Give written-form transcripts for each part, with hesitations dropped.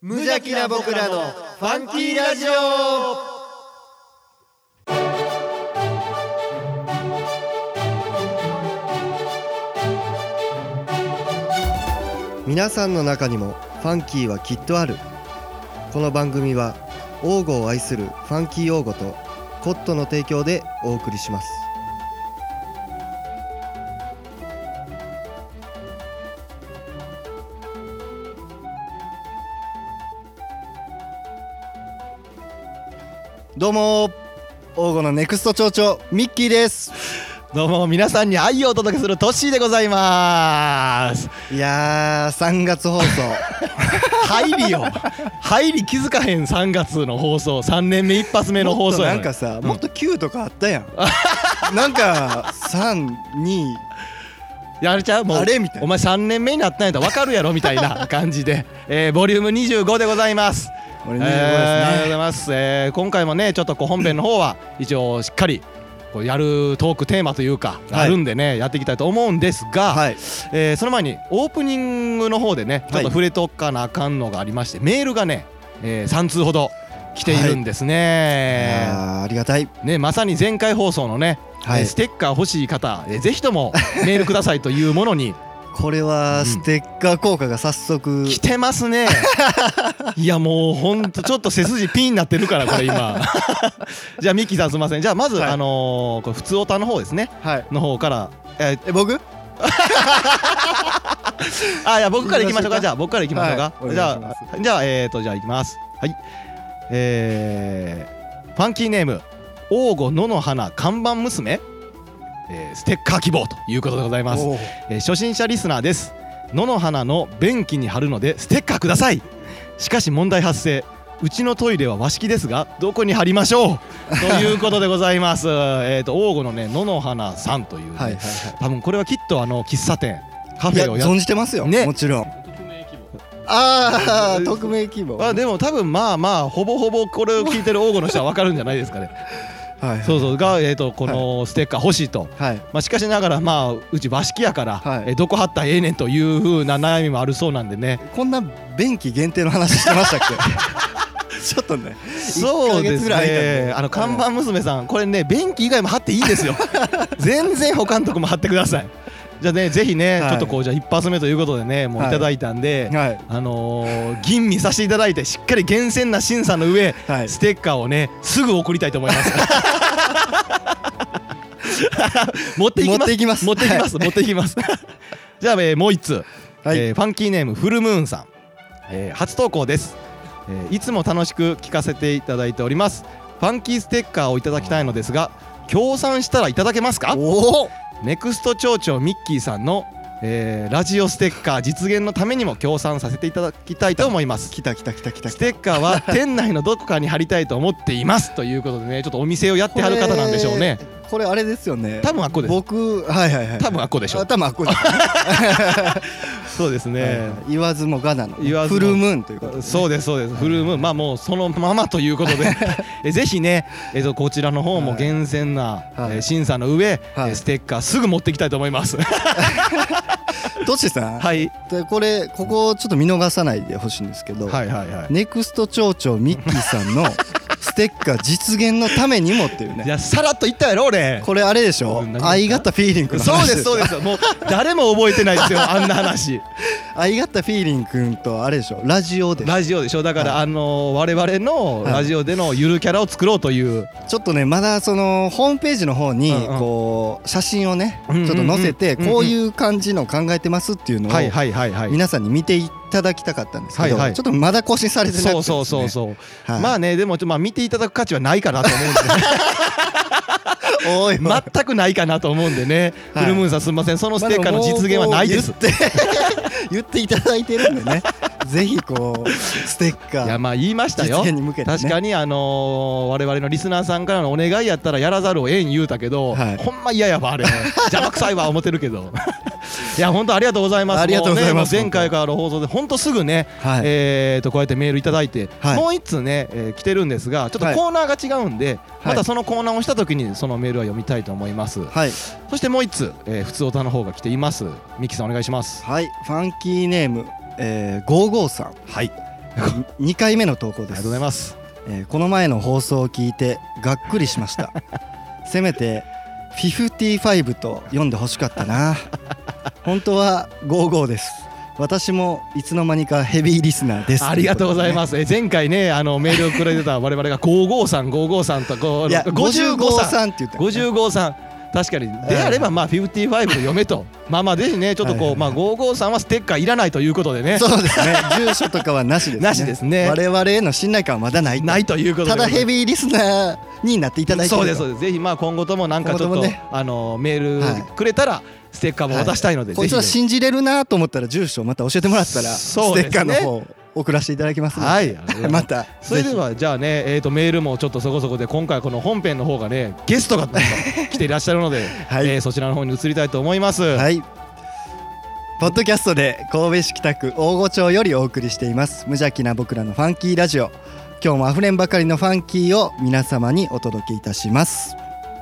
無邪気な僕らのファンキーラジオ。皆さんの中にもファンキーはきっとある。この番組は王語を愛するファンキー王語とコットの提供でお送りします。どうも王語のネクスト町長ミッキーです。 どうも皆さんに愛をお届けするトッシーでございます。 いやー3月放送入り気づかへん。3月の放送、3年目一発目の放送やなんかさ、もっと9とかあったやんなんか3、2 やれちゃうもうあれみたいな、 お前3年目になったんやったら分かるやろみたいな感じで、ボリューム25でございます。 これ25ですね、 ありがとうございます。今回もねちょっと本編の方は一応しっかりこうやるトークテーマというかあるんでね、やっていきたいと思うんですが、その前にオープニングの方でねちょっと触れとかなあかんのがありまして、メールがね、3通ほど来ているんですね。 ありがたいね、まさに前回放送のね、ステッカー欲しい方、ぜひともメールくださいというものにこれはステッカー効果が早速、 来てますねいやもうほんとちょっと背筋ピンになってるからこれ今じゃあミッキーさんすいません。じゃあまず、これ普通オタの方ですね、の方から僕いや僕からいきましょうか。じゃあ僕からいきましょうか。じゃあじゃあいきます。はい、ファンキーネーム王吾野の花看板娘、ステッカー希望ということでございます。初心者リスナーです。野の花の便器に貼るのでステッカーください。しかし問題発生。うちのトイレは和式ですがどこに貼りましょうということでございます王吾のね野の花さんというね、多分これはきっと喫茶店カフェを存じてますよ、ね、もちろん匿名希望でも多分まあほぼほぼこれを聞いてる王吾の人は分かるんじゃないですかねそうそうが、このステッカー欲しいと、しかしながらうち和式やから、どこ貼ったらええねんという風な悩みもあるそうなんでね。 こんな便器限定の話してましたっけちょっとね、 そうですね、看板娘さんこれね便器以外も貼っていいですよ全然他のとこも貼ってください。じゃあねぜひね、ちょっとこうじゃあ一発目ということでねもういただいたんで、吟味させていただいてしっかり厳選な審査の上、ステッカーをねすぐ送りたいと思います持っていきますじゃあもう一つ、ファンキーネームフルムーンさん、初投稿です。いつも楽しく聞かせていただいております。ファンキーステッカーをいただきたいのですが協賛したらいただけますか。ネクスト町長ミッキーさんの、ラジオステッカー実現のためにも協賛させていただきたいと思います。ステッカーは店内のどこかに貼りたいと思っていますということでね、ちょっとお店をやってはる方なんでしょうね。 これあれですよね、 多分あっこです。 僕多分あっこでしょ。 多分あっこですそうですね、 言わずもがなのフルムーンということで、 そうですフルムーン、もうそのままということでぜひね、こちらの方も厳選な、審査の上、ステッカーすぐ持っていきたいと思いますトシさん、でここちょっと見逃さないでほしいんですけど、ネクスト町長ミッキーさんのステッカー実現のためにもっていうね。 いやさらっと言ったやろ俺。 これあれでしょ、I got feeling の話です。 そうですもう誰も覚えてないですよあんな話 I got feeling 君とあれでしょ、ラジオでしょ。 だから、我々のラジオでのゆるキャラを作ろうという、 ちょっとねまだそのホームページの方にこう写真をねちょっと載せて、こういう感じの考えてますっていうのを皆さんに見ていただきたかったんですけど、ちょっとまだ更新されてなくてですね。 そうまあね、でも見ていただく価値はないかなと思うんで全くないかなと思うんでね、フルムーンさんすみません、そのステッカーの実現はないです。 言っていただいてるんでねぜひこうステッカー言いましたよ、 実現に向けてね。 確かに我々のリスナーさんからのお願いやったらやらざるをえん言うたけど、ほんま嫌やわあれ邪魔くさいわ思ってるけどいや本当ありがとうございます。 ありがとうございます。 前回からの放送で本当すぐね、こうやってメールいただいて、もう一通ね、来てるんですが、ちょっとコーナーが違うんで、またそのコーナーをした時にそのメールは読みたいと思います。そしてもう一通、普通オタの方が来ています。ミキさんお願いします。 ファンキーネーム、55さん。 2回目の投稿です。 ありがとうございます。 この前の放送を聞いてがっくりしましたせめて55と読んでほしかったな本当は55です。私もいつの間にかヘビーリスナーです。 ありがとうございます。前回ねメールをくれてた我々が553と 55って言った 55確かにであればまあ55で読めとまあぜひねちょっとこうまあ553はステッカーいらないということでね。 そうですね住所とかはなしですね。 なしですね。 我々への信頼感はまだないということでただヘビーリスナーになっていただいてそうですぜひまあ今後ともなんかちょっとメールくれたらステッカーも渡したいのでこいつは信じれるなと思ったら住所をまた教えてもらったらステッカーの方送らせていただきますので、はい、またそれではじゃあねメールもちょっとそこそこで今回この本編の方がねゲストが来ていらっしゃるので、はいそちらの方に移りたいと思います。 はい、ポッドキャストで神戸市北区大御町よりお送りしています無邪気な僕らのファンキーラジオ。今日もあふれんばかりのファンキーを皆様にお届けいたします。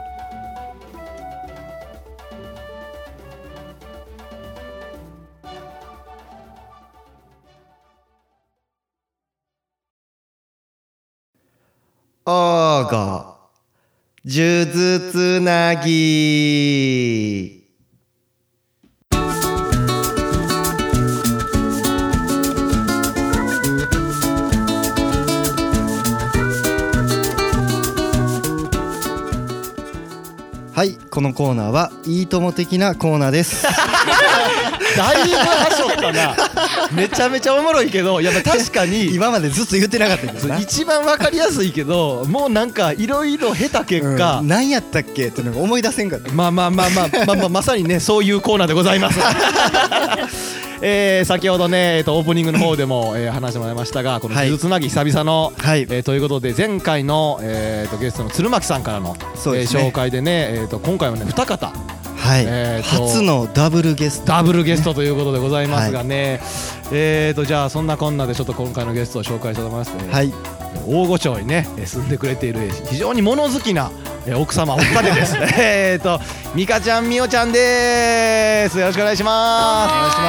オーゴ数珠つなぎ。はい、このコーナーはいいとも的なコーナーですだいぶはしょったなめちゃめちゃおもろいけどやっぱ確かに今までずっと言ってなかったけどな一番わかりやすいけどもうなんかいろいろ経た結果、 何やったっけっていうのが思い出せんかった。 まさにねそういうコーナーでございます先ほどね、オープニングの方でも、話してもらいましたがこの数珠つなぎ久々の、はいということで前回の、ゲストの鶴巻さんからの、紹介でね、今回はね2方はい、初のダブルゲストということでございますがね、はい、じゃあそんなこんなでちょっと今回のゲストを紹介したいと思います、はい、大御町にね住んでくれている非常に物好きな奥様お二人です美香ちゃんみおちゃんです。よろしくお願いします。 お願いし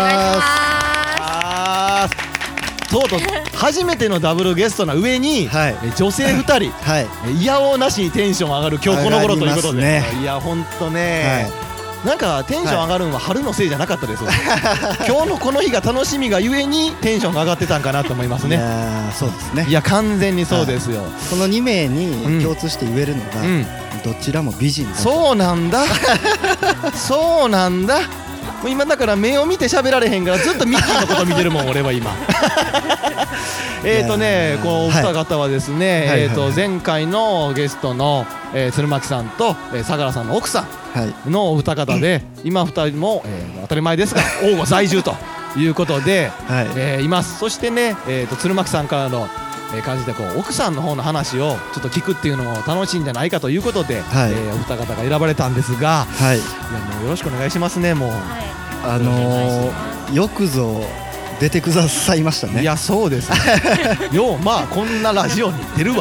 ます。とうとう初めてのダブルゲストな上に、はい、女性2人、はい、いやおうなしにテンション上がる今日この頃ということで、ね、いやほんとね、はい、なんかテンション上がるのは春のせいじゃなかったです、はい、今日のこの日が楽しみがゆえにテンションが上がってたんかなと思いますね。 いやそうですね。 いや完全にそうですよ、はい、 この2名に共通して言えるのが、どちらも美人だ。 そうなんだそうなんだ。もう今だから目を見て喋られへんからずっとミッキーのこと見てるもん俺は今こうお二方はですね、前回のゲストの、鶴巻さんと、相良さんの奥さんのお二方で、今二人も、当たり前ですが大御在住ということで、います。そしてね、鶴巻さんからの感じでこう奥さんの方の話をちょっと聞くっていうのも楽しいんじゃないかということで、お二方が選ばれたんですが、いやもうよろしくお願いしますね。もう、 よくぞ出てくださいましたね。 いやそうですようまあこんなラジオに出るわ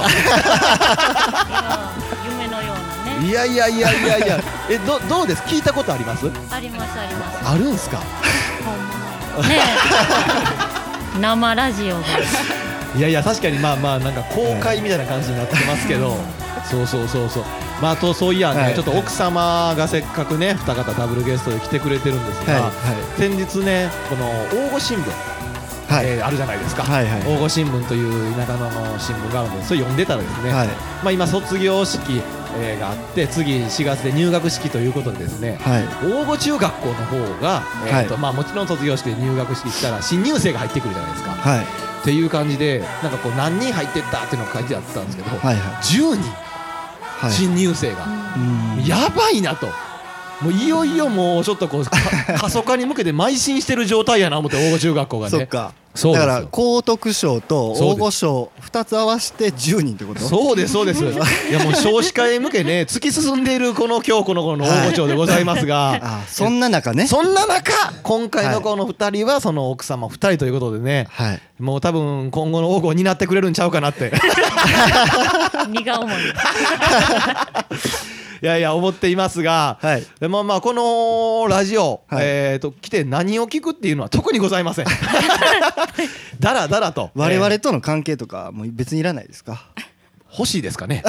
夢のようなね。 いやどうです聞いたことあります？ ありますあるんすか？ ねえ生ラジオがいや確かにまあなんか公開みたいな感じになってますけど、そうまあとそういやね、ちょっと奥様がせっかくね二方ダブルゲストで来てくれてるんですが、先日ねこの大御新聞あるじゃないですか。大御新聞という田舎の新聞があるのでそれ読んでたらですね、まあ今卒業式があって次4月で入学式ということでですね、大御中学校の方がまあもちろん卒業式で入学式したら新入生が入ってくるじゃないですか。っていう感じでなんかこう何人入ってったっていうのが書いてあったんですけど、10人新入生がやばいなと。もういよいよもうちょっとこう過疎化に向けて邁進してる状態やな思って大御中学校がね。 そっか。だから高徳賞と大御賞2つ合わせて10人ってこと？ そうですいやもう少子化へ向けね突き進んでいるこの今日この頃の大御町でございますが、 そんな中今回のこの2人はその奥様2人ということでね、もう多分今後の大御を担ってくれるんちゃうかなって荷が重いいやいや思っていますが、でもまあこのラジオ来て何を聞くっていうのは特にございません。だらだらと我々との関係とかもう別にいらないですか？ 欲しいですかね。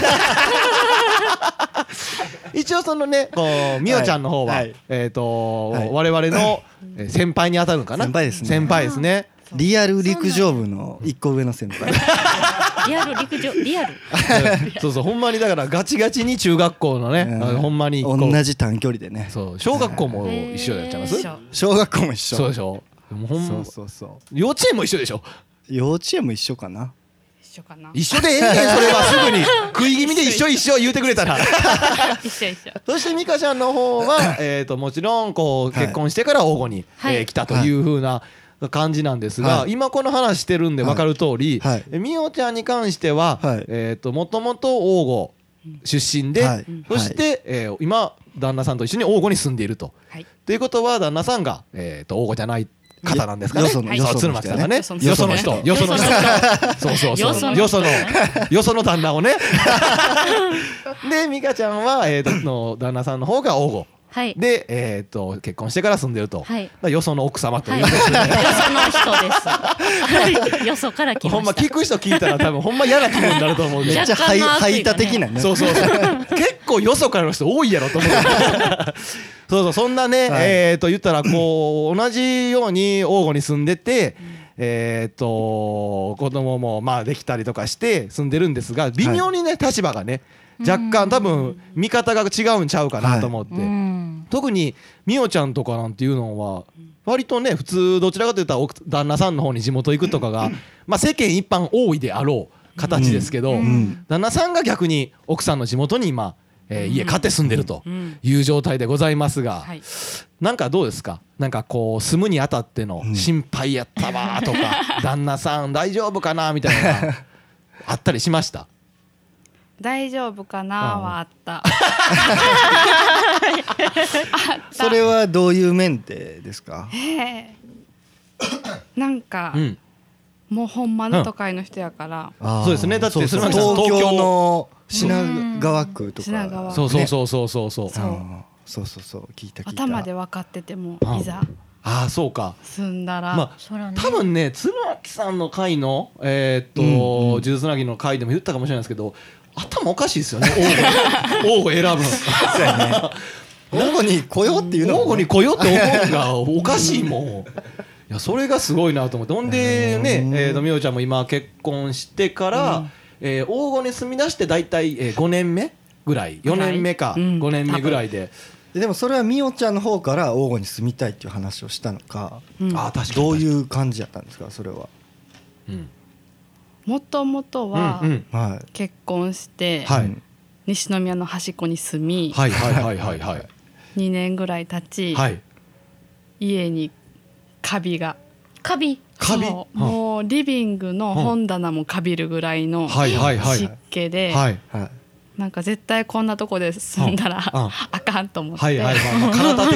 一応そのねみおちゃんの方は我々の先輩に当たるのかな。先輩ですね。 リアル陸上部の一個上の先輩。 リアル陸上リアル。 そうそうほんまにだからガチガチに中学校のねほんまに同じ短距離でね。 そう小学校も一緒やっちゃいます。 小学校も一緒。 そうでしょ。そう幼稚園も一緒でしょ。 幼稚園も一緒かな。 一緒でええねんそれはすぐに食い気味で一緒言うてくれたら。 一緒。 そして美香ちゃんの方はもちろんこう結婚してから黄金に来たという風な感じなんですが、今この話してるんで分かる通り、みおちゃんに関してはもともと黄金出身で、そして今旦那さんと一緒に黄金に住んでいると。ということは旦那さんが黄金じゃない方なんですかね。鶴巻さんがね、よその人、よその旦那をね。で美香ちゃんはの旦那さんの方が黄金。で結婚してから住んでると。よその奥様という。よその人です。よそから来ました。 ほんま聞く人聞いたら多分ほんま嫌な気分になると思うんで。 めっちゃ排他的なね。 そう結構よそからの人多いやろと思う。そうそんなね言ったらこう同じように黄金に住んでて子供もまあできたりとかして住んでるんですが、微妙にね立場がね若干多分見方が違うんちゃうかなと思って、特にみおちゃんとかなんていうのは割とね普通どちらかというと旦那さんの方に地元行くとかがまあ世間一般多いであろう形ですけど、旦那さんが逆に奥さんの地元に今家買って住んでるという状態でございますが、なんかどうですか？なんかこう住むにあたっての心配やったわとか、旦那さん大丈夫かなみたいなのがあったりしました？ 大丈夫かなはあった。 それはどういう面でですか？ なんかもうほんまの都会の人やから。 そうですね。だって東京の品川区とか。 そう聞いた。 頭で分かっててもいざ。 そうか。 住んだら。 まあ多分ね鶴巻さんの回の数珠つなぎの回でも言ったかもしれないですけど。頭おかしいですよね。王を選ぶの。 王に来ようっていうの。 王に来ようって思うのがおかしいもん。いやそれがすごいなと思って。ほんでねみおちゃんも今結婚してから黄金に住み出してだいたい5年目ぐらい4年目か5年目ぐらいで。 でもそれはみおちゃんの方から黄金に住みたいっていう話をしたのか。どういう感じだったんですかそれは。 もともとは結婚して西宮の端っこに住み2年ぐらい経ち家にカビがもうリビングの本棚もカビるぐらいの湿気でなんか絶対こんなとこで住んだらあかんと思って体で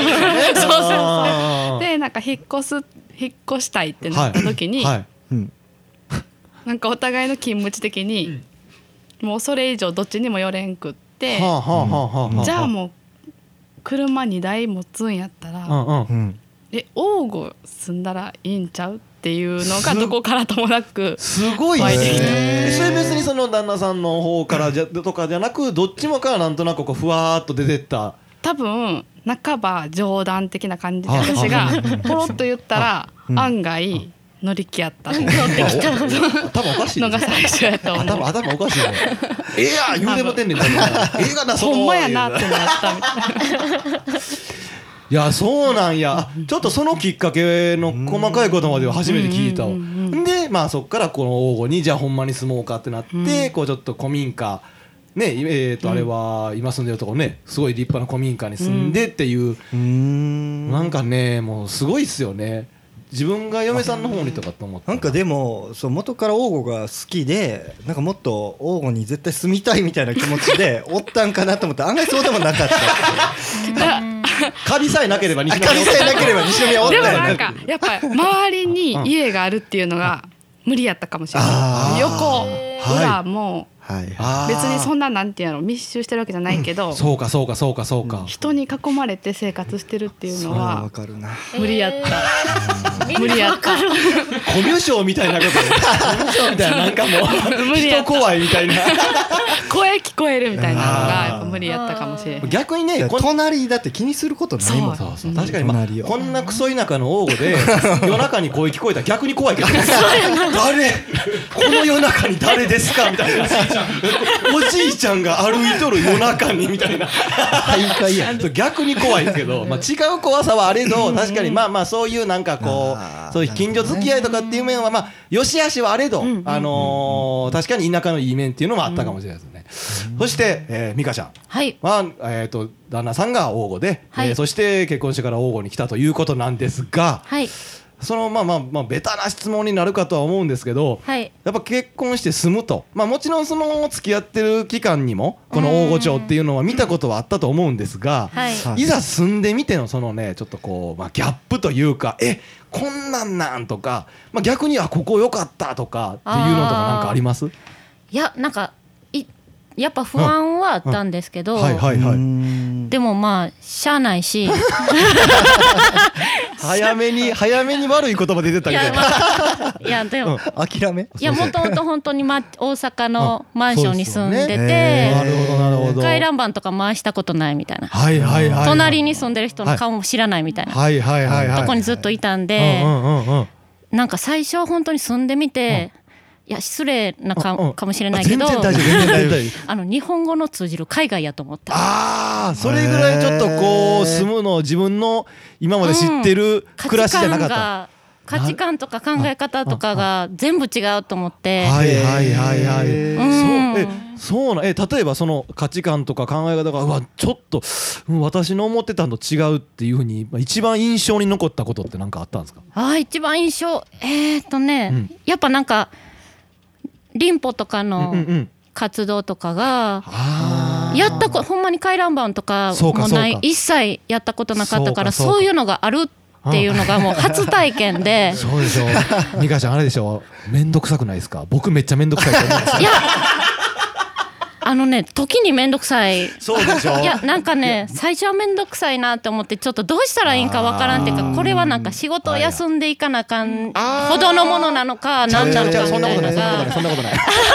でなんか引っ越したいってなった時になんかお互いの勤務地的にもうそれ以上どっちにも寄れんくってじゃあもう車2台持つんやったら黄金住んだらいいんちゃうっていうのがどこからともなくすごいね。それ別にその旦那さんの方からとかじゃなくどっちもからなんとなくこうふわーっと出てった多分半ば冗談的な感じで私がポロッと言ったら案外乗り気やったのが最初やと思う。 頭おかしいね。言うてもてんねんな。 ほんまやなってなったみたいな。 いやそうなんや。ちょっとそのきっかけの細かいことまでは初めて聞いたわ。でまあそっからこの黄金にじゃあほんまに住もうかってなってこうちょっと古民家ねあれは今住んでるとこねすごい立派な古民家に住んでっていうなんかねもうすごいっすよね。自分が嫁さんの方にとかと思ってなんかでもそう元から黄金が好きでなんかもっと黄金に絶対住みたいみたいな気持ちでおったんかなと思って案外そうでもなかった。 カビさえなければ西宮おった。でもなんかやっぱ周りに家があるっていうのが無理やったかもしれない。横裏も別にそんななんていうの密集してるわけじゃないけど、 そうか人に囲まれて生活してるっていうのはわかるな。 無理やった、無理やった、 コミュ障みたいなことコミュ障みたいな、なんかもう人怖いみたいな声聞こえるみたいなのがやっぱ無理やったかもしれない。 逆にね、 隣だって気にすることないもん。 確かに、こんなクソ田舎の王吾で夜中に声聞こえたら逆に怖いけど誰この夜中に誰ですかみたいなおじいちゃんが歩いとる夜中にみたいな逆に怖いけど、まあ、違う怖さはあれど、確かにまあまあそういうなんかこうそういう近所付き合いとかっていう面はまあよしあしはあれど、確かに田舎のいい面っていうのもあったかもしれないですね。そして美香ちゃんは旦那さんが王吾で、そして結婚してから王吾に来たということなんですが、そのまあベタな質問になるかとは思うんですけど、やっぱ結婚して住むと、まあもちろんその付き合ってる期間にもこの王吾町っていうのは見たことはあったと思うんですが、いざ住んでみてのそのねちょっとこうギャップというか、こんなんとか、逆にここ良かったとかっていうのとかなんかあります？ いや、なんかやっぱ不安はあったんですけど、でもまあしゃあないし早めに悪い言葉出てたけど、 いやでも諦め、 いやもともと本当に大阪のマンションに住んでて、回覧板とか回したことないみたいな、隣に住んでる人の顔も知らないみたいなとこにずっといたんで、なんか最初本当に住んでみて、いや失礼なかもしれないけど、日本語の通じる海外やと思った。 それぐらいちょっとこう住むの自分の今まで知ってる暮らしじゃなかった。 価値観とか考え方とかが全部違うと思って。 そうな、例えばその価値観とか考え方がちょっと私の思ってたのと違うっていうふうに一番印象に残ったことって何かあったんですか？ 一番印象やっぱなんか林保とかの活動とかがやったほんまに回覧板とかもない一切やったことなかったから、そういうのがあるっていうのがもう初体験で。 そうでしょう。美香ちゃんあれでしょ、めんどくさくないですか？僕めっちゃめんどくさいと思うんですよ。 いや時にめんどくさい。 そうでしょ。 いやなんかね、最初はめんどくさいなって思ってちょっとどうしたらいいんかわからんっていうか、これはなんか仕事を休んでいかなあかんほどのものなのか何なのかみたいな。 そんなことない。い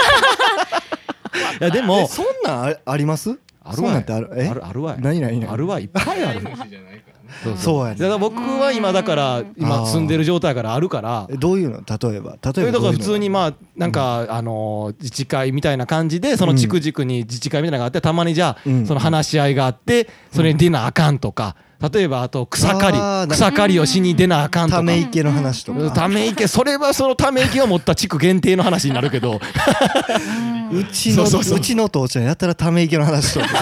やでもそんなんあります？ あるわい。あるわい。 何あるわい。いっぱいある。 そうやね。 だから僕は今今住んでる状態からあるから。 どういうの？例えばだから普通になんか自治会みたいな感じでその地区軸に自治会みたいなのがあって、たまにじゃあその話し合いがあってそれに出なあかんとか、例えばあと草刈りをしに出なあかんとか、 ため池の話とか、 ため池、それはそのため池を持った地区限定の話になるけどうちの父ちゃんやったらため池の話とか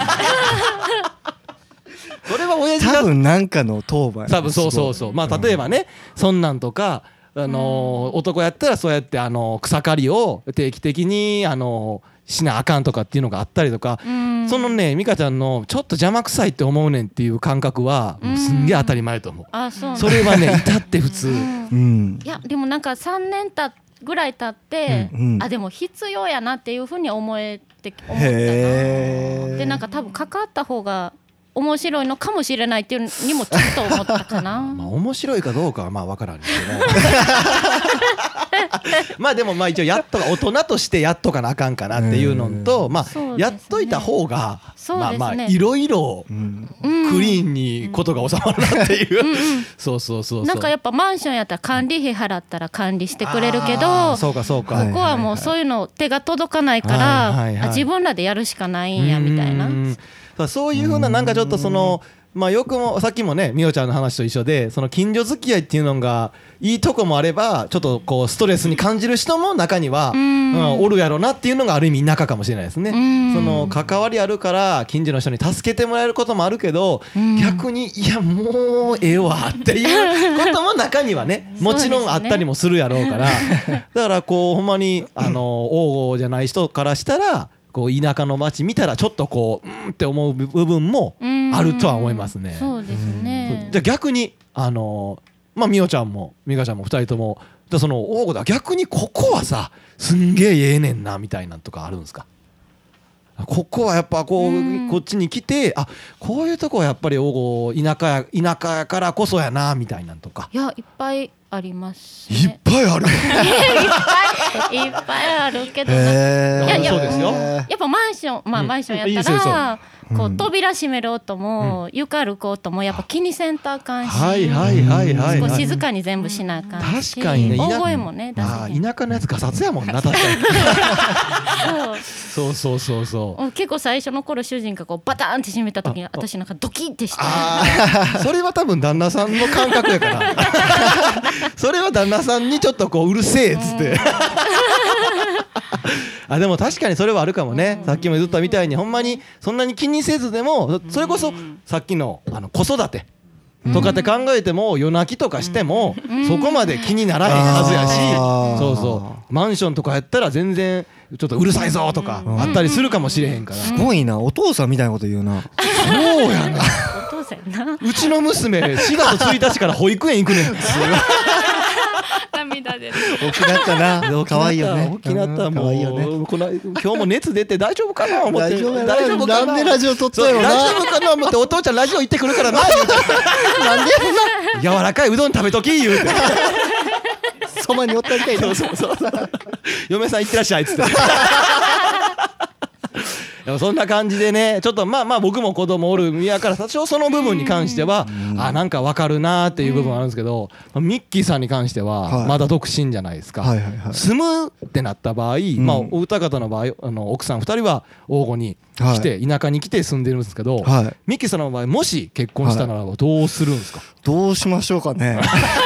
それは親父が多分なんかの当番、 多分そうまあ例えばね、そんなんとか男やったらそうやって草刈りを定期的にしなあかんとかっていうのがあったりとか、そのね美香ちゃんのちょっと邪魔くさいって思うねんっていう感覚はもうすんげえ当たり前と思う。それはね至って普通。 いやでもなんか3年ぐらい経って、でも必要やなっていうふうに思ったな。でなんか多分関わった方が面白いのかもしれないっていうにもちょっと思ったかな。 面白いかどうかは分からんですけどでも一応大人としてやっとかなあかんかなっていうのと、やっといた方がいろいろクリーンにことが収まるなっていう。そうなんかやっぱマンションやったら管理費払ったら管理してくれるけど、ここはもうそういうの手が届かないから自分らでやるしかないんやみたいな。 そういう風ななんかちょっとよくもさっきもねみおちゃんの話と一緒で、その近所付き合いっていうのがいいとこもあればちょっとこうストレスに感じる人も中にはおるやろなっていうのがある意味田舎かもしれないですね。その関わりあるから近所の人に助けてもらえることもあるけど、逆にいやもうええわっていうことも中にはねもちろんあったりもするやろうから、だからこうほんまに王吾じゃない人からしたらこう田舎の町見たらちょっとこうって思う部分もあるとは思いますね。 そうですね。 じゃあ逆にみおちゃんも美香ちゃんも2人ともその王吾だ逆にここはさすんげえええねんなみたいなとかあるんですか？ ここはやっぱこっちに来てこういうとこはやっぱり田舎やからこそやなみたいなんとか。 いやいっぱいありますね。 いっぱいあるいっぱいあるけどな。 そうですよ。 やっぱマンションやったらこう扉閉める音も床歩く音もやっぱ気にせんとあかんし、少し静かに全部しなあかんし、 確かにね、 大声もね出せへん。 田舎のやつガサツやもんな確かに。そう結構最初の頃主人がこうバターンって閉めた時に私なんかドキッてして、 それは多分旦那さんの感覚やからそれは旦那さんにちょっとこううるせえっつってでも確かにそれはあるかもね。さっきも言ったみたいにほんまにそんなに気にせずでも、それこそさっきの子育てとかって考えても夜泣きとかしてもそこまで気にならへんはずやし、そうマンションとかやったら全然ちょっとうるさいぞとかあったりするかもしれへんから。 すごいな、お父さんみたいなこと言うな。 そうやな。 お父さんやな。 うちの娘4月1日から保育園行くねん。 涙出る。 大きなったな。可愛いよね。 大きなった。もう今日も熱出て大丈夫かな思って。大丈夫かな。なんでラジオ撮ったよな。 大丈夫かな思って、お父ちゃんラジオ行ってくるからな言うて。 なんで柔らかいうどん食べとき言うて。 そばにおったみたいな。 そう嫁さん行ってらっしゃいっつって。でもそんな感じでね、ちょっとまあ僕も子供おる身やから多少その部分に関してはなんか分かるなーっていう部分あるんですけど、ミッキーさんに関してはまだ独身じゃないですか。住むってなった場合、お二方の場合奥さん2人は王吾に来て田舎に来て住んでるんですけど、ミッキーさんの場合もし結婚したならばどうするんですか？ どうしましょうかね。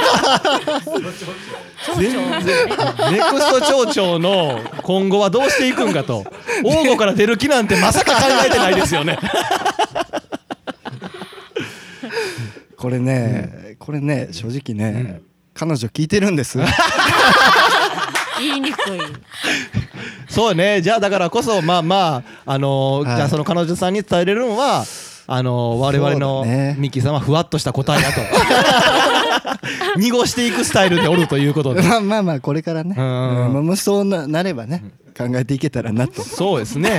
全然ネクスト町長の今後はどうしていくんかと。王吾から出る気なんてまさか考えてないですよね。 これね正直ね、彼女聞いてるんです。 言いにくい。 そうね。じゃあだからこそじゃあその彼女さんに伝えれるのは我々のミッキーさんはふわっとした答えだと濁していくスタイルでおるということで、 まあこれからね、そうなればね考えていけたらなと。 そうですね。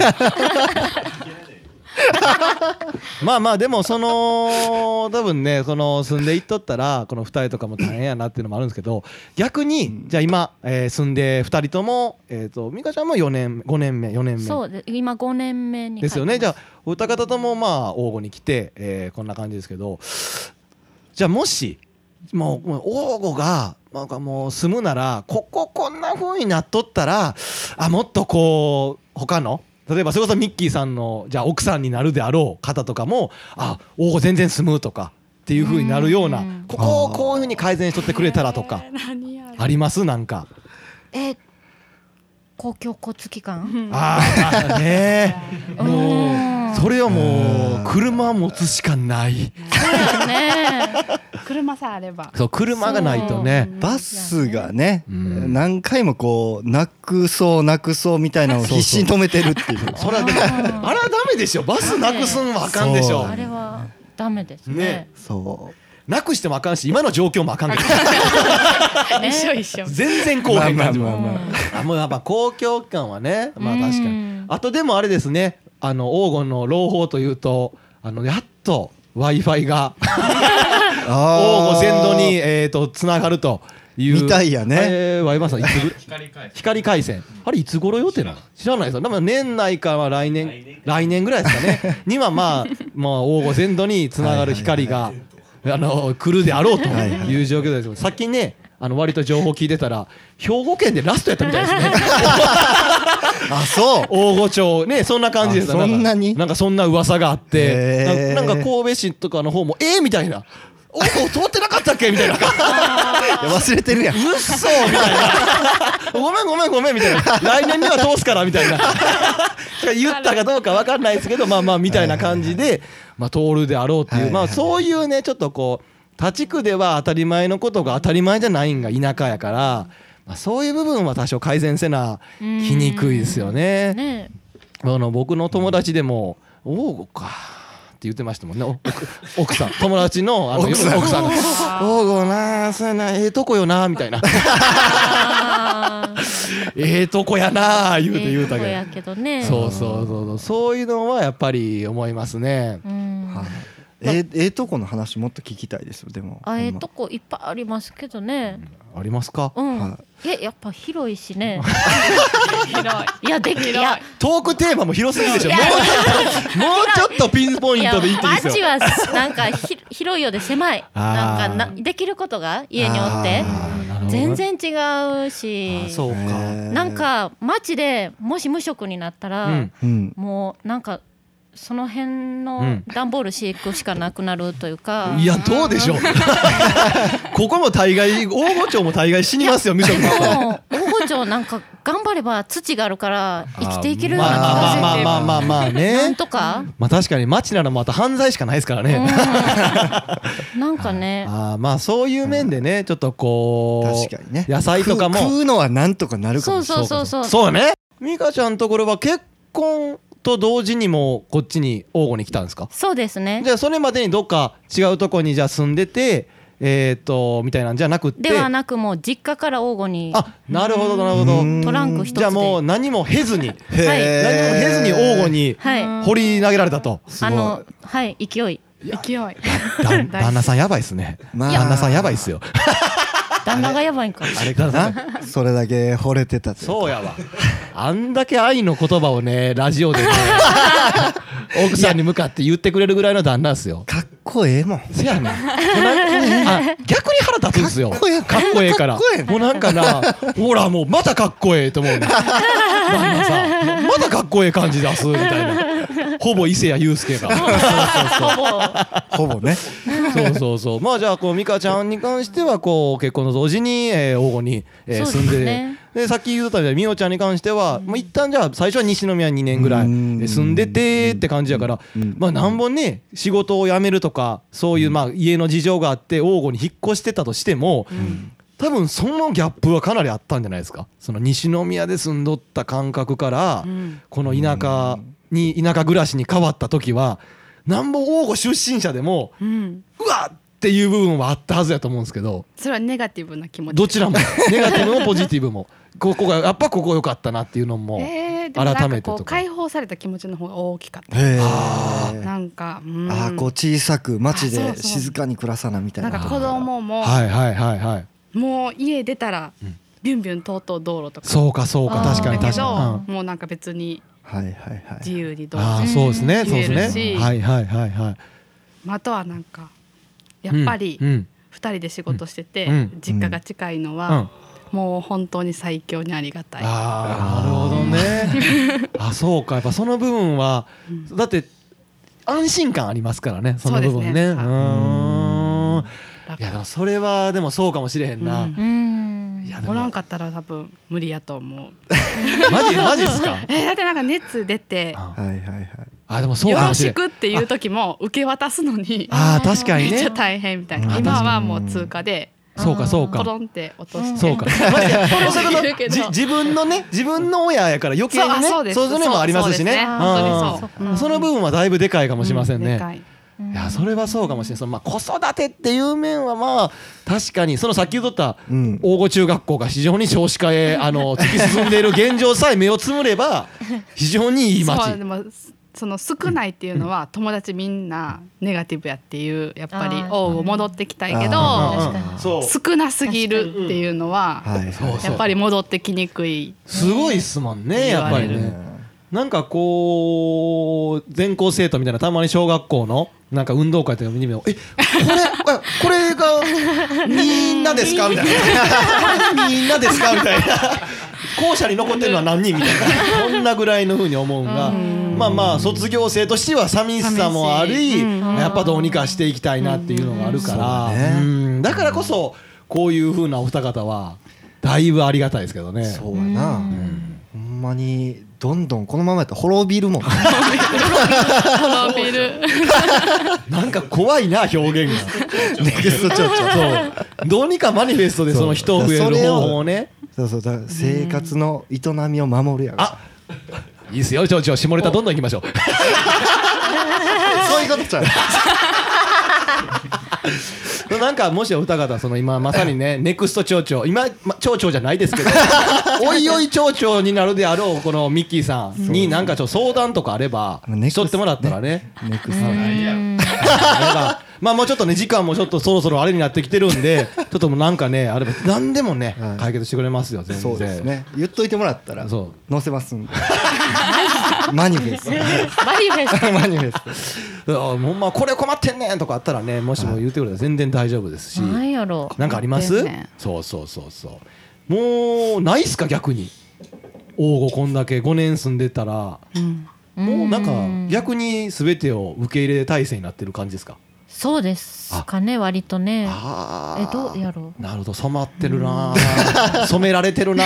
まあでも多分ね住んでいっとったらこの2人とかも大変やなっていうのもあるんですけど、逆にじゃあ今住んで2人とも美香ちゃんも5年目そうで今5年目にですよね。じゃあお二方とも王吾に来てこんな感じですけど、じゃあもしもう王吾がなんかもう住むならこんな風になっとったらもっとこう他の例えばそれこそミッキーさんのじゃあ奥さんになるであろう方とかも王吾全然住むとかっていう風になるような、ここをこういう風に改善しとってくれたらとかあります？なんか公共交通機関。 ねもうそれはもう車持つしかない。 そうよね。 車さえあれば。 そう車がないとね。 バスがね何回もこうなくそうみたいなのを必死に止めてるっていう。 それはあれはダメでしょ。バスなくすんはあかんでしょ。 あれはダメですね。 そうなくしてもあかんし今の状況もあかんけど一緒全然こうへん感じもうやっぱ公共機関はね確かに。あとでもあれですね、王吾の朗報というとやっと Wi-Fi が王吾全土につながるというみたいやね。 Wi-Fi さん光回線あれいつ頃予定なの知らないですよ。でも年内かは来年ぐらいですかねには王吾全土につながる光が来るであろうという状況です。さっきね割と情報聞いてたら兵庫県でラストやったみたいですね。 そう大御町ね、そんな感じです。 そんなになんかそんな噂があってなんか神戸市とかの方もみたいな通ってなかったっけみたいな忘れてるやんうっそみたいなごめんみたいな来年には通すからみたいな言ったかどうか分かんないですけどみたいな感じで通るであろうっていうそういうねちょっとこう他地区では当たり前のことが当たり前じゃないんが田舎やからそういう部分は多少改善せなきにくいですよね。僕の友達でも王吾かっ言ってましたもんね。奥さん、友達の奥さんが王吾な、そうやな、ええとこよなみたいな。ええとこやな言うたけど。そういうのはやっぱり思いますね。 ええとこの話もっと聞きたいですよ。でもええとこいっぱいありますけどね。 ありますか？ やっぱ広いしね。 広い。 いやできる。 トークテーマも広すぎるでしょ。もうちょっとピンポイントでいっていいですよ。 街はなんか広いようで狭い。なんかできることが家におって全然違うし。 そうか。 なんか街でもし無職になったらもうなんか。その辺の段ボール飼育しかなくなるというか、 いやどうでしょう。ここも大概、大御町も大概死にますよ、無職だったら。 大御町なんか頑張れば土があるから生きていけるような気がして、 まあね、 なんとか、 確かに町ならまた犯罪しかないですからね。 なんかね、 まあそういう面でね、ちょっとこう確かにね、 野菜とかも食うのはなんとかなるかもしれない。 そうね。美香ちゃんのところは結婚と同時にもこっちに王吾に来たんですか？ そうですね。 じゃあそれまでにどっか違うとこにじゃあ住んでてみたいなんじゃなくて、 ではなくもう実家から王吾に。 なるほどなるほど。 トランク一つで。 じゃあもう何も経ずに王吾に掘り投げられたと。 はい勢い。 旦那さんやばいっすね。旦那さんやばいっすよ。 旦那がやばいんか。 あれかな。それだけ惚れてたと。 そうやわ。あんだけ愛の言葉をねラジオでね奥さんに向かって言ってくれるぐらいの旦那ですよ。 かっこええもん。 せやねん。逆に腹立つんですよ。かっこええから。もうなんかな、ほらもうまたかっこええと思うね。旦那さんまたかっこええ感じ出すみたいな。ほぼ伊勢谷友介が。 ほぼね。 そう。まあじゃあこう美香ちゃんに関してはこう結婚の同時に王吾に住んで、でさっき言ったみたいに美桜ちゃんに関しては一旦じゃあ最初は西宮2年ぐらい住んでてって感じやから、まあなんぼね仕事を辞めるとかそういうまあ家の事情があって王吾に引っ越してたとしても、多分そのギャップはかなりあったんじゃないですか。その西宮で住んどった感覚からこの田舎暮らしに変わった時はなんぼ王吾出身者でもうわっっていう部分はあったはずやと思うんですけど、 それはネガティブな気持ち。 どちらもネガティブもポジティブもここがやっぱここ良かったなっていうのも改めてとか、 解放された気持ちの方が大きかった。なんかこう小さく街で静かに暮らさなみたいな。 なんか子供ももう家出たらビュンビュン通う道路とか。 そうか確かにもうなんか別に自由にどうぞ。そうですねあとはなんかやっぱり2人で仕事してて実家が近いのはもう本当に最強にありがたい。 なるほどね。そうか、やっぱその部分はだって安心感ありますからね、その部分ね。いやでもそれはでもそうかもしれへんな。 おらんかったら多分無理やと思う。 マジですか？ だってなんか熱出てでもそうかもしれん。 よろしくっていう時も受け渡すのに確かにねめっちゃ大変みたいな。今はもう通過でそうかポロンって落として、 そうか自分の親やから余計にね、そういうのもありますしね。その部分はだいぶでかいかもしれませんね。いやそれはそうかもしれない。まあ子育てっていう面はまあ確かにそのさっき言っとった王吾中学校が非常に少子化へ突き進んでいる現状さえ目をつむれば非常にいい街。 そうでもその少ないっていうのは友達みんなネガティブやっていうやっぱり王吾戻ってきたいけど少なすぎるっていうのはやっぱり戻ってきにくい。 すごいっすもんねやっぱりね。なんかこう全校生徒みたいなたまに小学校のなんか運動会とか見てみよう。これがみんなですかみたいな。みんなですかみたいな。校舎に残ってるのは何人みたいな。そんなぐらいの風に思うんが、まあ卒業生としては寂しさもあり、やっぱどうにかしていきたいなっていうのがあるから、だからこそこういう風なお二方はだいぶありがたいですけどね。 そうやな。ほんまにどんどんこのままやったら滅びるもん。滅びる。 なんか怖いな表現が。 ネクスト町長。 そう。どうにかマニフェストでその人を増える方法をね。 そうだから生活の営みを守るやろ。 いいですよ町長、下ネタどんどん行きましょう。 そういうことちゃうなんかもしお二方その今まさにねネクスト町長今町長じゃないですけどおいおい町長になるであろうこのミッキーさんになんかちょっと相談とかあればしとってもらったらね。ネクストなんかまあもうちょっとね時間もちょっとそろそろあれになってきてるんでちょっともうなんかねあれば何でもね解決してくれますよ全然。 そうですね。言っといてもらったら載せますんで。マニフェスト。マニフェスト。 ほんまこれ困ってんねんとかあったらねもしも言ってくれたら全然大丈夫ですし。 なんやろ。 なんかあります？そうそうそうそう。もうないっすか逆に。王吾こんだけ5年住んでたら、もうなんか逆に全てを受け入れ体制になってる感じですか？ そうですかね割とね。どうやろう。 なるほど染まってるな染められてるな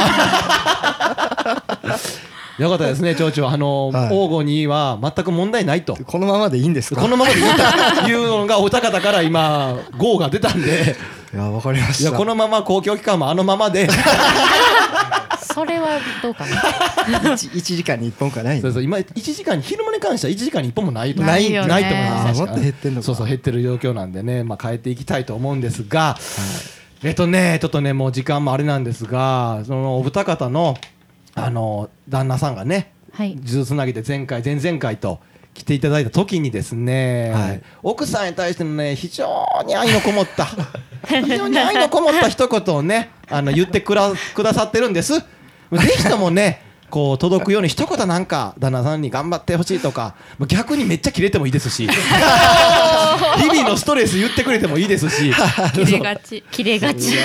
よかったですね町長王吾には全く問題ないと。 このままでいいんですか？ このままでいいというのがお二方から今ゴーが出たんでいやわかりました。 いやこのまま公共機関もままでそれはどうかな 1時間に1本かない。 そうそう今1時間に昼間に関しては1時間に1本もないとないと思います。 もっと減ってんのか。 そうそう減ってる状況なんでね変えていきたいと思うんですが、ちょっとねもう時間もあれなんですがそのお二方の旦那さんがね数珠つなぎで前回前々回と来ていただいた時にですね、奥さんに対してのね非常に愛のこもった非常に愛のこもった一言をね言ってくださってるんです。ぜひともねこう届くように一言なんか旦那さんに頑張ってほしいとか逆にめっちゃキレてもいいですし日々のストレス言ってくれてもいいですしキレがちキレがち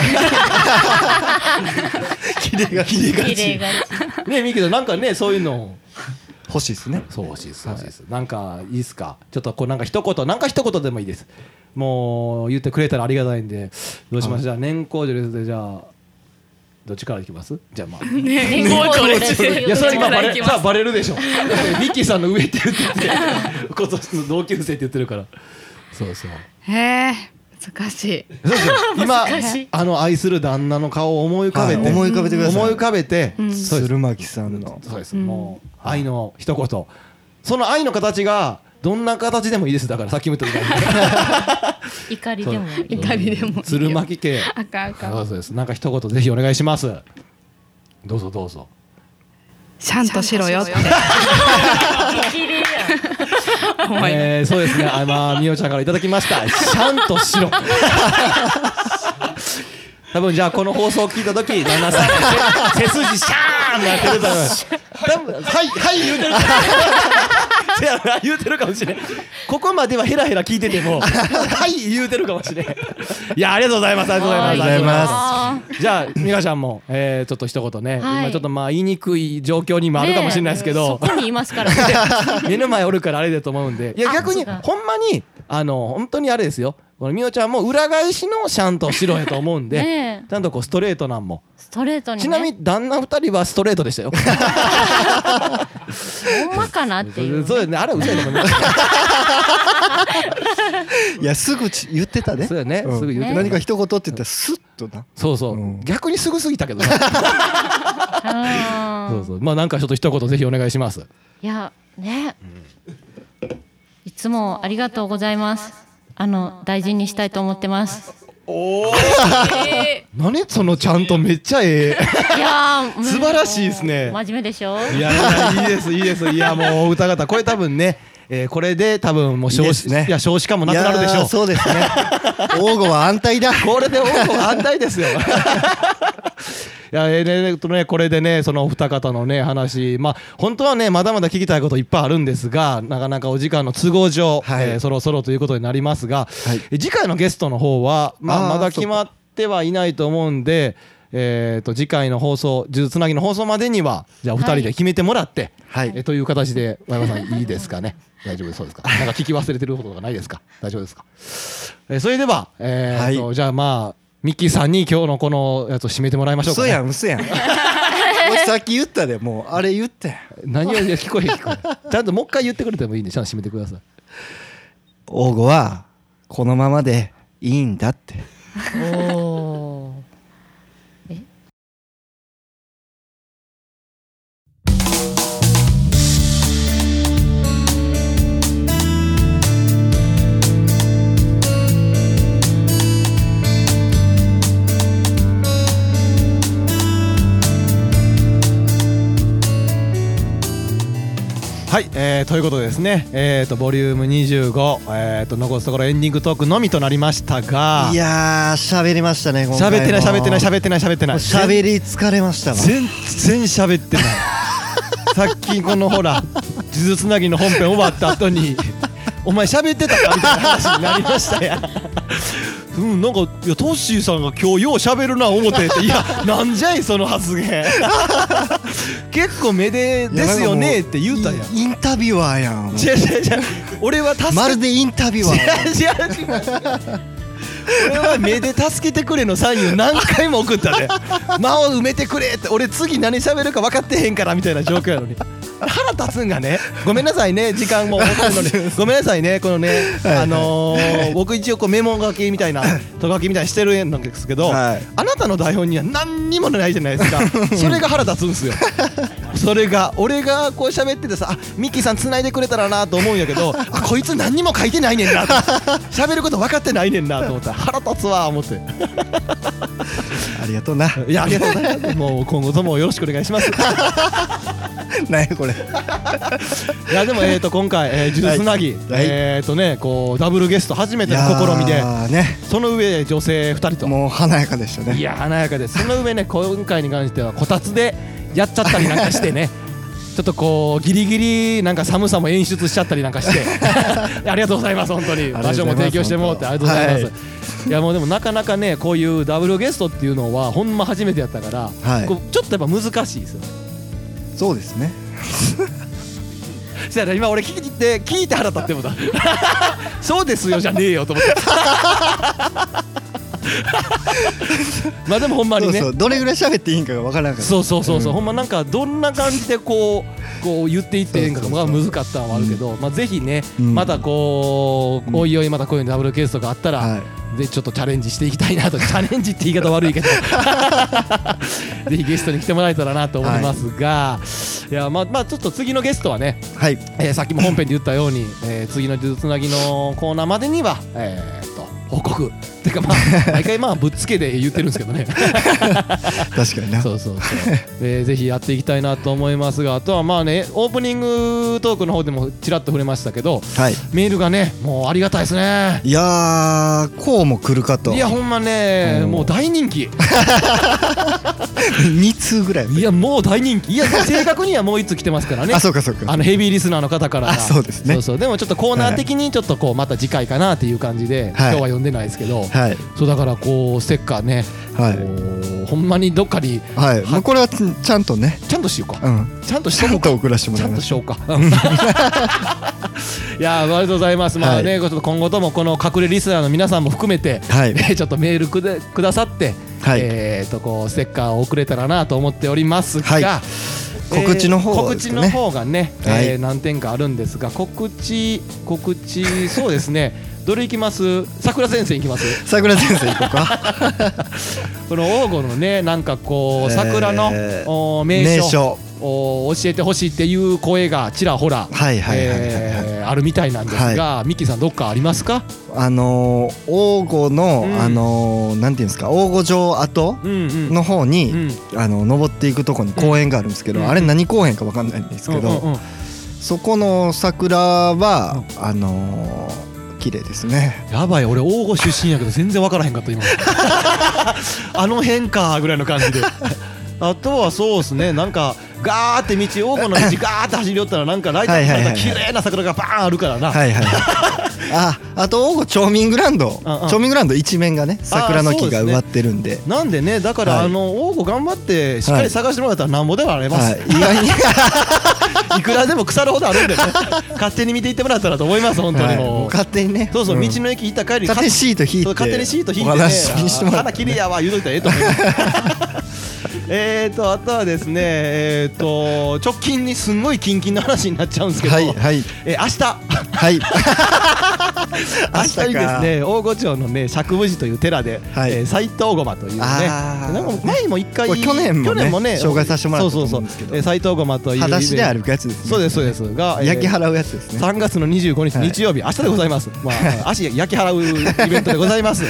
ねミキさんなんかねそういうの欲しいですね。 そう欲しいです欲しいです。なんかいいですかちょっとこうなんか一言でもいいです。もう言ってくれたらありがたいんでどうしましょう。じゃあ年功序列でじゃあどっちからいきます？じゃあまあ年功序列いやそれ今バレるでしょミッキーさんの上って言ってて今年の同級生って言ってるからそうそう難しい。 今愛する旦那の顔を思い浮かべて思い浮かべてください。 思い浮かべて鶴巻さんのそうですもう愛の一言その愛の形がどんな形でもいいです。だからさっきも言ったみたいに怒りでも怒りでも鶴巻家あかんあかんそうです。なんか一言ぜひお願いします。どうぞどうぞ。 シャンとしろよってそうですねみおちゃんからいただきましたシャンとしろ多分じゃあこの放送を聞いた時旦那さん背筋シャーンなってると思います多分はい言うてる言うてるかもしれん。ここまではヘラヘラ聞いててもはい言うてるかもしれん。いやありがとうございます。ありがとうございます。じゃあ美香ちゃんもちょっと一言ね、今ちょっと言いにくい状況にもあるかもしれないですけど、 そこにいますから目の前おるからあれだと思うんで、いや逆にほんまに本当にあれですよ。このみおちゃんも裏返しのシャンとしろやと思うんで、ちゃんとこうストレートなんもストレートに、 ちなみに旦那2人はストレートでしたよほんまかなっていう、 そうですね。あれは嘘やと思いますいやすぐ言ってたね。 そうやね、すぐ言ってた。 何か一言って言ったらスッとな。 そうそう、逆にすぐすぎたけどそうそうなんかちょっと一言ぜひお願いします。 いやね、いつもありがとうございます。大事にしたいと思ってます。 おお何そのちゃんとめっちゃいや素晴らしいですね。 真面目でしょ。 いやいいですいいです。いやもう歌方これ多分ね、これで多分もう少子化もなくなるでしょう。 そうですね。王吾は安泰だ。 これで王吾は安泰ですよ。いやこれでねそのお二方のね話本当はねまだまだ聞きたいこといっぱいあるんですがなかなかお時間の都合上、そろそろということになりますが、次回のゲストの方はまだ決まってはいないと思うんで次回の放送数珠つなぎの放送までにはじゃあお二人で決めてもらって、という形で和山さんいいですかね。大丈夫そうですか。なんか聞き忘れてることがないですか。大丈夫ですか。それではじゃあミッキーさんに今日のこのやつを締めてもらいましょうかね。 嘘やんさっき言ったでもうあれ言って何を聞こえちゃんともう一回言ってくれてもいいんでちゃんと締めてください。 王吾はこのままでいいんだって。 おーはい、ということでですね、ボリューム25、残すところエンディングトークのみとなりましたが、 いやー喋りましたね。 喋ってない喋り疲れましたわ。 全然喋ってないさっきこのほら呪術つなぎの本編終わった後にお前喋ってたかみたいな話になりましたやなんかいやトッシーさんが今日よう喋るな思ってて、いやなんじゃいその発言結構目ですよねって言うたやん。 インタビュアーやん。 違う俺はまるでインタビュアー。 違う俺は目で助けてくれのサインを何回も送ったね間を埋めてくれって。俺次何喋るか分かってへんからみたいな状況やのに腹立つんがね、ごめんなさいね時間も遅いのでごめんなさいねこのね僕一応こうメモ書きみたいなと書きみたいにしてるんですけど、あなたの台本には何にもないじゃないですかそれが腹立つんですよそれが俺がこう喋っててさ、ミッキーさん繋いでくれたらなと思うんやけどこいつ何にも書いてないねんなと喋ること分かってないねんなと思ったら腹立つわ思ってありがとうな。 いやありがとうございます。もう今後ともよろしくお願いします何やこれいやでも今回呪術つなぎこうダブルゲスト初めての試みで、その上女性2人ともう華やかでしたね。 いや華やかです。その上ね今回に関してはこたつでやっちゃったりなんかしてねちょっとこうギリギリなんか寒さも演出しちゃったりなんかしてありがとうございます。本当に場所も提供してもらってありがとうございます。いやもうでもなかなかねこういうダブルゲストっていうのはほんま初めてやったから、こうちょっとやっぱ難しいですよね。 そうですねそやな今俺聞いて腹立ってもだそうですよじゃねえよと思ってまあでもほんまにねそうどれぐらい喋っていいんかが分からなかった。 そうほんまなんかどんな感じでこう言っていっていいんかが難かったのはあるけど、まあぜひねまたこうおいおいまたこういうダブルゲストがあったらでちょっとチャレンジしていきたいなと。チャレンジって言い方悪いけどぜひゲストに来てもらえたらなと思いますが、いやまあちょっと次のゲストはね、さっきも本編で言ったように次の呪術つなぎのコーナーまでには報告てかまあ毎回まあぶっつけで言ってるんですけどね確かにな。 そうぜひやっていきたいなと思いますが、あとはまあねオープニングトークの方でもちらっと触れましたけど、メールがねもうありがたいですね。 いやーこうも来るかと。 いやほんまねもう大人気 2通ぐらい。 いやもう大人気。いや正確にはもう1通来てますからねあそうかヘビーリスナーの方からそうですね。 でもちょっとコーナー的にちょっとこうまた次回かなっていう感じで今日は読んでないですけど、そうだからこうステッカーねほんまにどっかにもうこれはちゃんとねちゃんとしようかちゃんと送らせてもらいます。 ちゃんとしようかいやありがとうございます。まあねちょっと今後ともこの隠れリスナーの皆さんも含めてちょっとメールくださってこうステッカーを送れたらなと思っておりますが、 告知の方がね何点かあるんですが、告知そうですねどれいきます？桜先生いきます？ 桜先生いこうかこの王吾のねなんかこう桜の名所を教えてほしいっていう声がちらほらあるみたいなんですが、ミッキーさんどっかありますか？ 王吾のなんていうんですか、王吾城跡の方に登っていくとこに公園があるんですけど、あれ何公園か分かんないんですけど、そこの桜は綺麗ですね。 やばい俺王吾出身やけど全然分からへんかった今あの辺かぐらいの感じであとはそうですねなんかガーって道王吾の道ガーって走り寄ったらなんかライトアップされた綺麗な桜がバーンあるからな。 あと王吾町民グランド一面がね桜の木が植わってるんで、 なんでねだから王吾頑張ってしっかり探してもらったらなんぼではあります。 意外にいくらでも腐るほどあるんでね勝手に見ていってもらったらと思います本当に。もう勝手にねそう道の駅行った帰り勝手にシート引いて花綺麗やわ言うといたらええと思いますあとはですね直近にすんごいキンキンな話になっちゃうんですけど、明日明日にですね大御町のね釈部寺という寺で斎藤駒というねなんか前も一回去年もね紹介させてもらったと思うんですけど、 斎藤駒という裸足で歩くやつですね。 そうですが焼き払うやつですね。 3月の25日日曜日明日でございます。まあ足焼き払うイベントでございます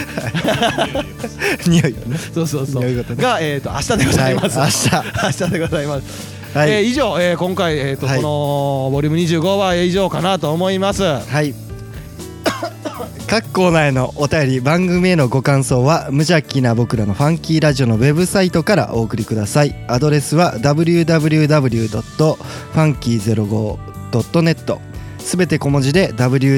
匂いがねそうが明日でございます。明日でございます。 はい、以上、今回、このボリューム25は以上かなと思います。 はい。各コーナーへのお便り、番組へのご感想は無邪気な僕らのファンキーラジオのウェブサイトからお送りください。アドレスは www.funky05.net、 すべて小文字で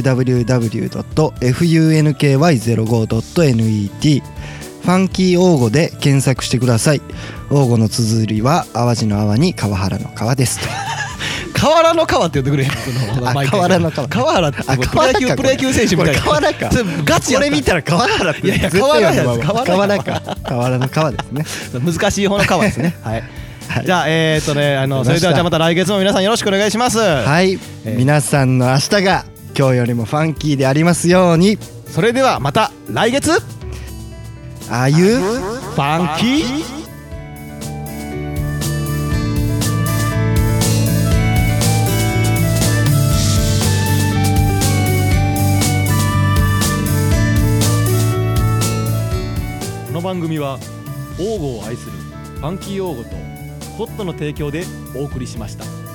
www.funky05.net、 ファンキー応募で検索してください。応募の綴りは淡路の淡に川原の川です。 河原の川って言ってくれへん。 河原の川。 河原ってプロ野球選手みたいな。 河原か。 ガチこれ見たら河原って。 いや河原や。 河原か。河原の川ですね。 難しい方の川ですね。はい。じゃあそれではじゃあまた来月も皆さんよろしくお願いします。 はい。皆さんの明日が今日よりもファンキーでありますように。 それではまた来月。 Are you ファンキー？この番組は王語を愛するファンキー王語とホットの提供でお送りしました。